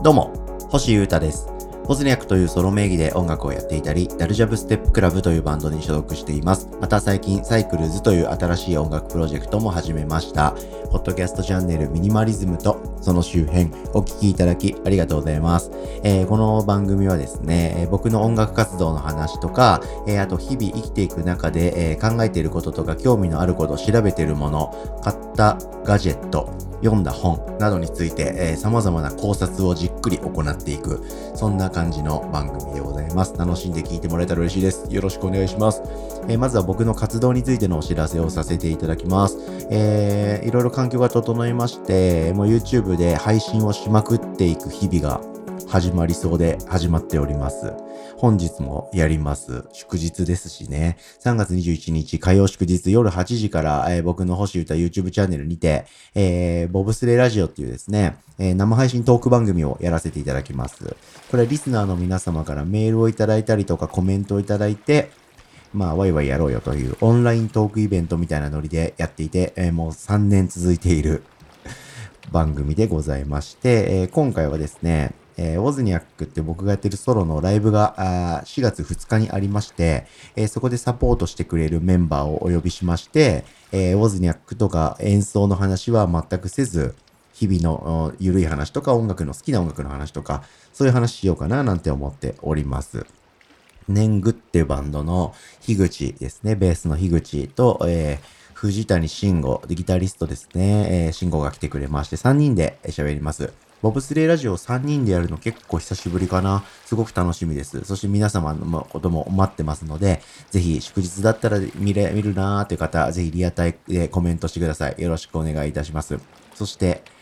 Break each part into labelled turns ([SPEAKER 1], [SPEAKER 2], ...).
[SPEAKER 1] どうも、星優太です。ポズニャクというソロ名義で音楽をやっていたり、ダルジャブステップクラブというバンドに所属しています。また最近、サイクルズという新しい音楽プロジェクトも始めました。ポッドキャストチャンネルミニマリズムとその周辺お聞きいただきありがとうございます。この番組はですね、僕の音楽活動の話とか、あと日々生きていく中で、考えていることとか興味のあること、調べているもの、買ったガジェット、読んだ本などについて、様々な考察をじっくり行っていく、そんな感じの番組でございます。楽しんで聞いてもらえたら嬉しいです。よろしくお願いします。まずは僕の活動についてのお知らせをさせていただきます。いろいろ環境が整いまして、もう YouTube で配信をしまくっていく日々が始まりそうで始まっております。本日もやります。祝日ですしね。3月21日火曜祝日夜8時から、僕の星歌 YouTube チャンネルにて、ボブスレーラジオっていうですね、生配信トーク番組をやらせていただきます。これはリスナーの皆様からメールをいただいたりとかコメントをいただいて、ワイワイやろうよというオンライントークイベントみたいなノリでやっていて、もう3年続いている番組でございまして、今回はですね、ウォズニャックって僕がやってるソロのライブが4月2日にありまして、そこでサポートしてくれるメンバーをお呼びしまして、ウォズニャックとか演奏の話は全くせず、日々のゆるい話とか好きな音楽の話とか、そういう話しようかななんて思っております。年貢ってバンドの樋口ですね、ベースの樋口と、藤谷慎吾、ギタリストですね、慎吾が来てくれまして3人で喋ります。ボブスレーラジオ3人でやるの結構久しぶりかな。すごく楽しみです。そして皆様のことも待ってますので、ぜひ祝日だったら見るなーという方、ぜひリアタイでコメントしてください。よろしくお願いいたします。そして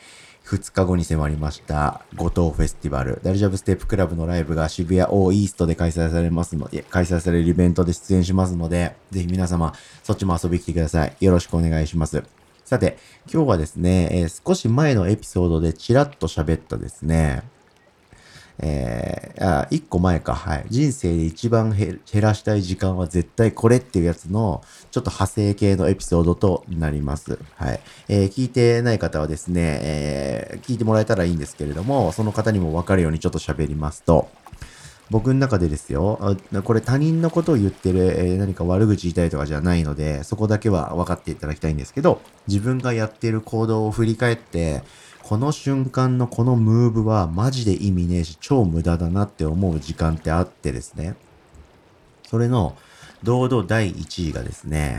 [SPEAKER 1] 、2日後に迫りました、五島フェスティバル、ダルジャブステップクラブのライブが渋谷オーイーストで開催されるイベントで出演しますので、ぜひ皆様、そっちも遊びに来てください。よろしくお願いします。さて、今日はですね、少し前のエピソードでちらっと喋ったですね、一個前か。はい。人生で一番減らしたい時間は絶対これっていうやつの、ちょっと派生系のエピソードとなります。はい。聞いてない方はですね、聞いてもらえたらいいんですけれども、その方にもわかるようにちょっと喋りますと、僕の中でですよ、これ他人のことを言ってる、何か悪口言いたいとかじゃないので、そこだけは分かっていただきたいんですけど、自分がやっている行動を振り返って、この瞬間のこのムーブはマジで意味ねえし、超無駄だなって思う時間ってあってですね。それの堂々第1位がですね、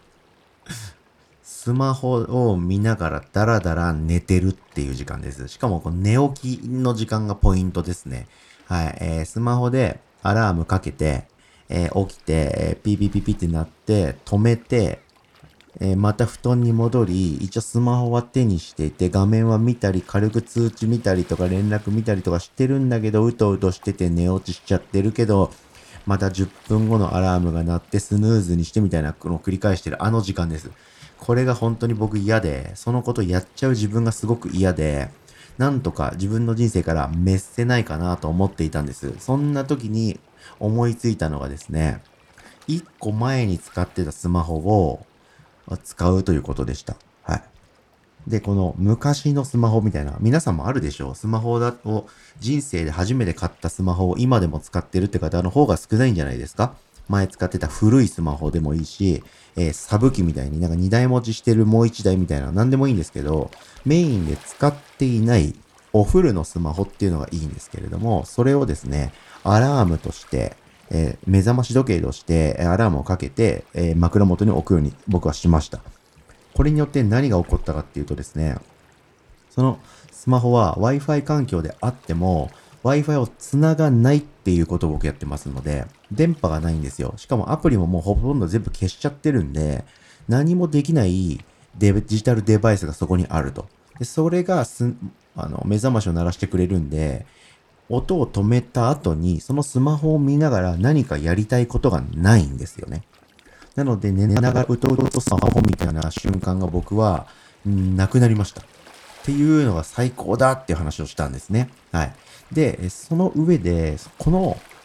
[SPEAKER 1] スマホを見ながらダラダラ寝てるっていう時間です。しかもこの寝起きの時間がポイントですね。はい。スマホでアラームかけて、起きて、ピーピーピーピーってなって、止めて、また布団に戻り、一応スマホは手にしていて、画面は見たり、軽く通知見たりとか連絡見たりとかしてるんだけど、うとうとしてて寝落ちしちゃってるけど、また10分後のアラームが鳴ってスヌーズにしてみたいなのを繰り返してるあの時間です。これが本当に僕嫌で、そのことやっちゃう自分がすごく嫌で、なんとか自分の人生から滅せないかなと思っていたんです。そんな時に思いついたのがですね、一個前に使ってたスマホを使うということでした。はい。で、この昔のスマホみたいな、皆さんもあるでしょう。スマホだと、人生で初めて買ったスマホを今でも使ってるって方の方が少ないんじゃないですか。前使ってた古いスマホでもいいし、サブ機みたいになんか2台持ちしてるもう1台みたいな何でもいいんですけど、メインで使っていないおフルのスマホっていうのがいいんですけれども、それをですね、アラームとして、目覚まし時計としてアラームをかけて、枕元に置くように僕はしました。これによって何が起こったかっていうとですね、そのスマホは Wi-Fi 環境であっても Wi-Fi を繋がないっていうことを僕やってますので、電波がないんですよ。しかもアプリももうほとんど全部消しちゃってるんで、何もできないデジタルデバイスがそこにあると。で、それが目覚ましを鳴らしてくれるんで、音を止めた後にそのスマホを見ながら何かやりたいことがないんですよね。なので寝ながらうとうとスマホみたいな瞬間が僕は、なくなりました。っていうのが最高だっていう話をしたんですね。はい。で、その上で、この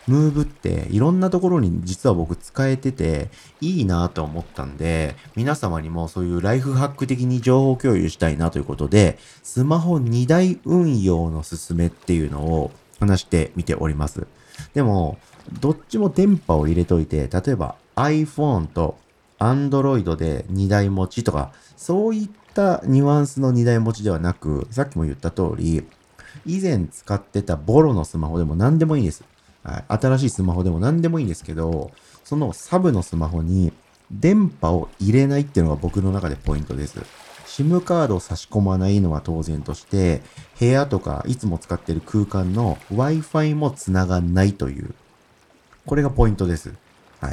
[SPEAKER 1] ムーブっていろんなところに実は僕使えてていいなと思ったんで、皆様にもそういうライフハック的に情報共有したいなということで、スマホ2台運用のすすめっていうのを話してみております。でも、どっちも電波を入れといて、例えば iPhone と Android で2台持ちとか、そういったニュアンスの2台持ちではなく、さっきも言った通り、以前使ってたボロのスマホでも何でもいいんです。はい、新しいスマホでも何でもいいんですけど、そのサブのスマホに電波を入れないっていうのが僕の中でポイントです。SIM カードを差し込まないのは当然として、部屋とかいつも使っている空間の Wi-Fi もつながないという、これがポイントです。はい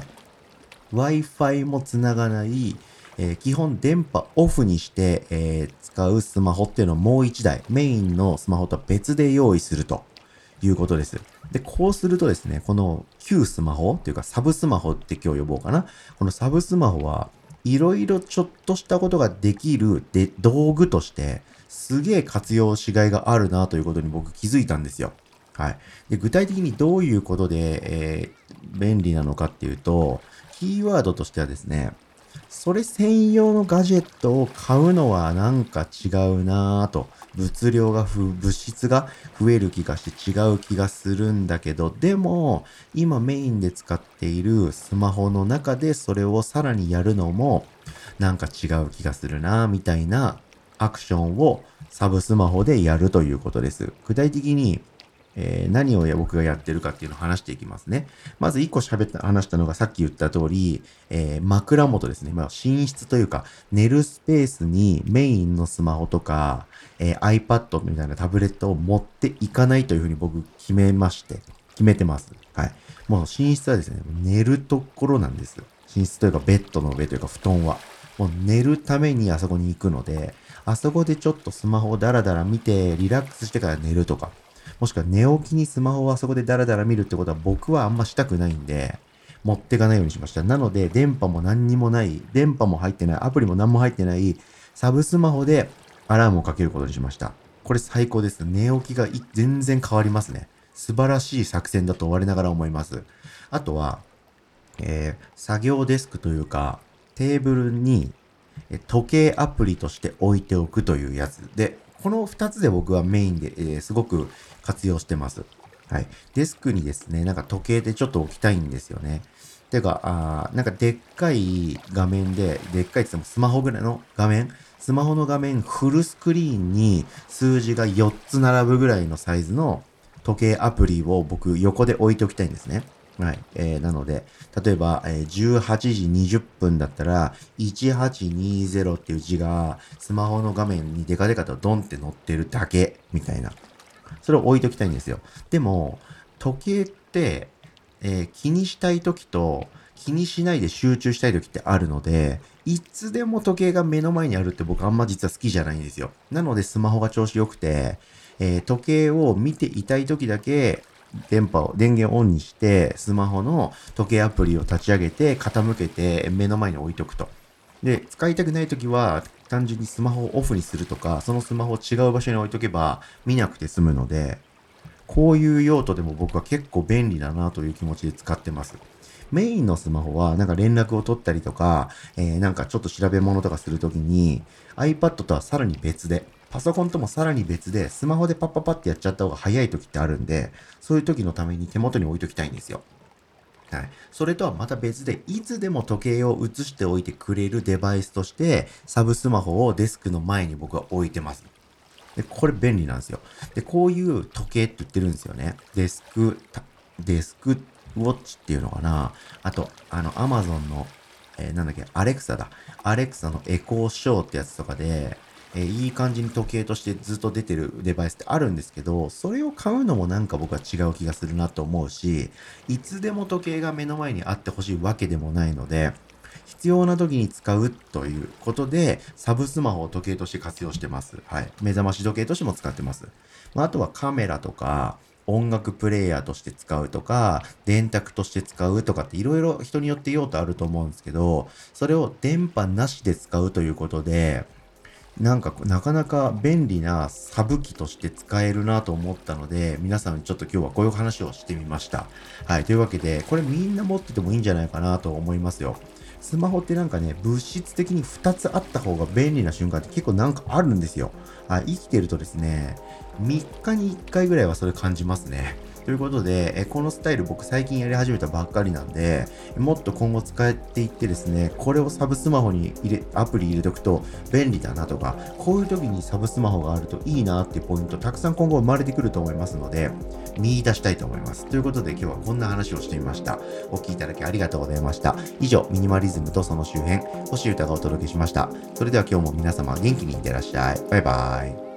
[SPEAKER 1] 。Wi-Fi もつながない、基本電波オフにして、使うスマホっていうのをもう一台、メインのスマホとは別で用意するということです。で、こうするとですね、この旧スマホっていうかサブスマホって今日呼ぼうかな。このサブスマホはいろいろちょっとしたことができるで道具としてすげえ活用しがいがあるなということに僕気づいたんですよ。はい。で、具体的にどういうことで、便利なのかっていうと、キーワードとしてはですね、それ専用のガジェットを買うのはなんか違うなぁと、物質が増える気がして違う気がするんだけど、でも、今メインで使っているスマホの中でそれをさらにやるのも、なんか違う気がするなぁみたいなアクションをサブスマホでやるということです。具体的に、何を僕がやってるかっていうのを話していきますね。まず一個話したのがさっき言った通り、枕元ですね。寝室というか、寝るスペースにメインのスマホとか、iPad みたいなタブレットを持っていかないというふうに僕決めてます。はい。もう寝室はですね、寝るところなんです。寝室というかベッドの上というか布団は。もう寝るためにあそこに行くので、あそこでちょっとスマホをダラダラ見てリラックスしてから寝るとか、もしくは寝起きにスマホをあそこでダラダラ見るってことは僕はあんましたくないんで、持ってかないようにしました。なので、電波も何にもない、電波も入ってない、アプリも何も入ってない、サブスマホでアラームをかけることにしました。これ最高です。寝起きが全然変わりますね。素晴らしい作戦だと我ながら思います。あとは、作業デスクというか、テーブルに時計アプリとして置いておくというやつで、この2つで僕はメインで、すごく活用してます。はい。デスクにですね、なんか時計でちょっと置きたいんですよね。てか、なんかでっかい画面で、でっかいって言ってもスマホぐらいの画面、スマホの画面フルスクリーンに数字が4つ並ぶぐらいのサイズの時計アプリを僕横で置いておきたいんですね。はい。なので、例えば、18時20分だったら、1820っていう字が、スマホの画面にデカデカとドンって載ってるだけ、みたいな。それを置いときたいんですよ。でも、時計って、気にしたい時と、気にしないで集中したい時ってあるので、いつでも時計が目の前にあるって僕あんま実は好きじゃないんですよ。なのでスマホが調子良くて、時計を見ていたい時だけ電源をオンにして、スマホの時計アプリを立ち上げて、傾けて目の前に置いとくと。で、使いたくないときは、単純にスマホをオフにするとか、そのスマホを違う場所に置いとけば、見なくて済むので、こういう用途でも僕は結構便利だなという気持ちで使ってます。メインのスマホは、なんか連絡を取ったりとか、なんかちょっと調べ物とかするときに、iPad とはさらに別で、パソコンともさらに別で、スマホでパッパパってやっちゃった方が早い時ってあるんで、そういう時のために手元に置いときたいんですよ。はい。それとはまた別で、いつでも時計を映しておいてくれるデバイスとして、サブスマホをデスクの前に僕は置いてます。で、これ便利なんですよ。で、こういう時計って言ってるんですよね。デスクウォッチっていうのかな。あと、アマゾンの、なんだっけ、アレクサだ。アレクサのエコーショーってやつとかで、いい感じに時計としてずっと出てるデバイスってあるんですけど、それを買うのもなんか僕は違う気がするなと思うし、いつでも時計が目の前にあってほしいわけでもないので、必要な時に使うということで、サブスマホを時計として活用してます。はい。目覚まし時計としても使ってます。あとはカメラとか、音楽プレイヤーとして使うとか、電卓として使うとかっていろいろ人によって用途あると思うんですけど、それを電波なしで使うということで、 なかなか便利なサブ機として使えるなと思ったので、皆さんにちょっと今日はこういう話をしてみました。はい。というわけで、これみんな持っててもいいんじゃないかなと思いますよ。スマホって物質的に2つあった方が便利な瞬間って結構あるんですよ。はい。生きてるとですね、3日に1回ぐらいはそれ感じますね。ということで、このスタイル僕最近やり始めたばっかりなんで、もっと今後使っていってですね、これをサブスマホにアプリ入れとくと便利だなとか、こういう時にサブスマホがあるといいなっていうポイントたくさん今後生まれてくると思いますので、見出したいと思います。ということで今日はこんな話をしてみました。お聞きいただきありがとうございました。以上、ミニマリズムとその周辺、星歌がお届けしました。それでは今日も皆様元気にいってらっしゃい。バイバイ。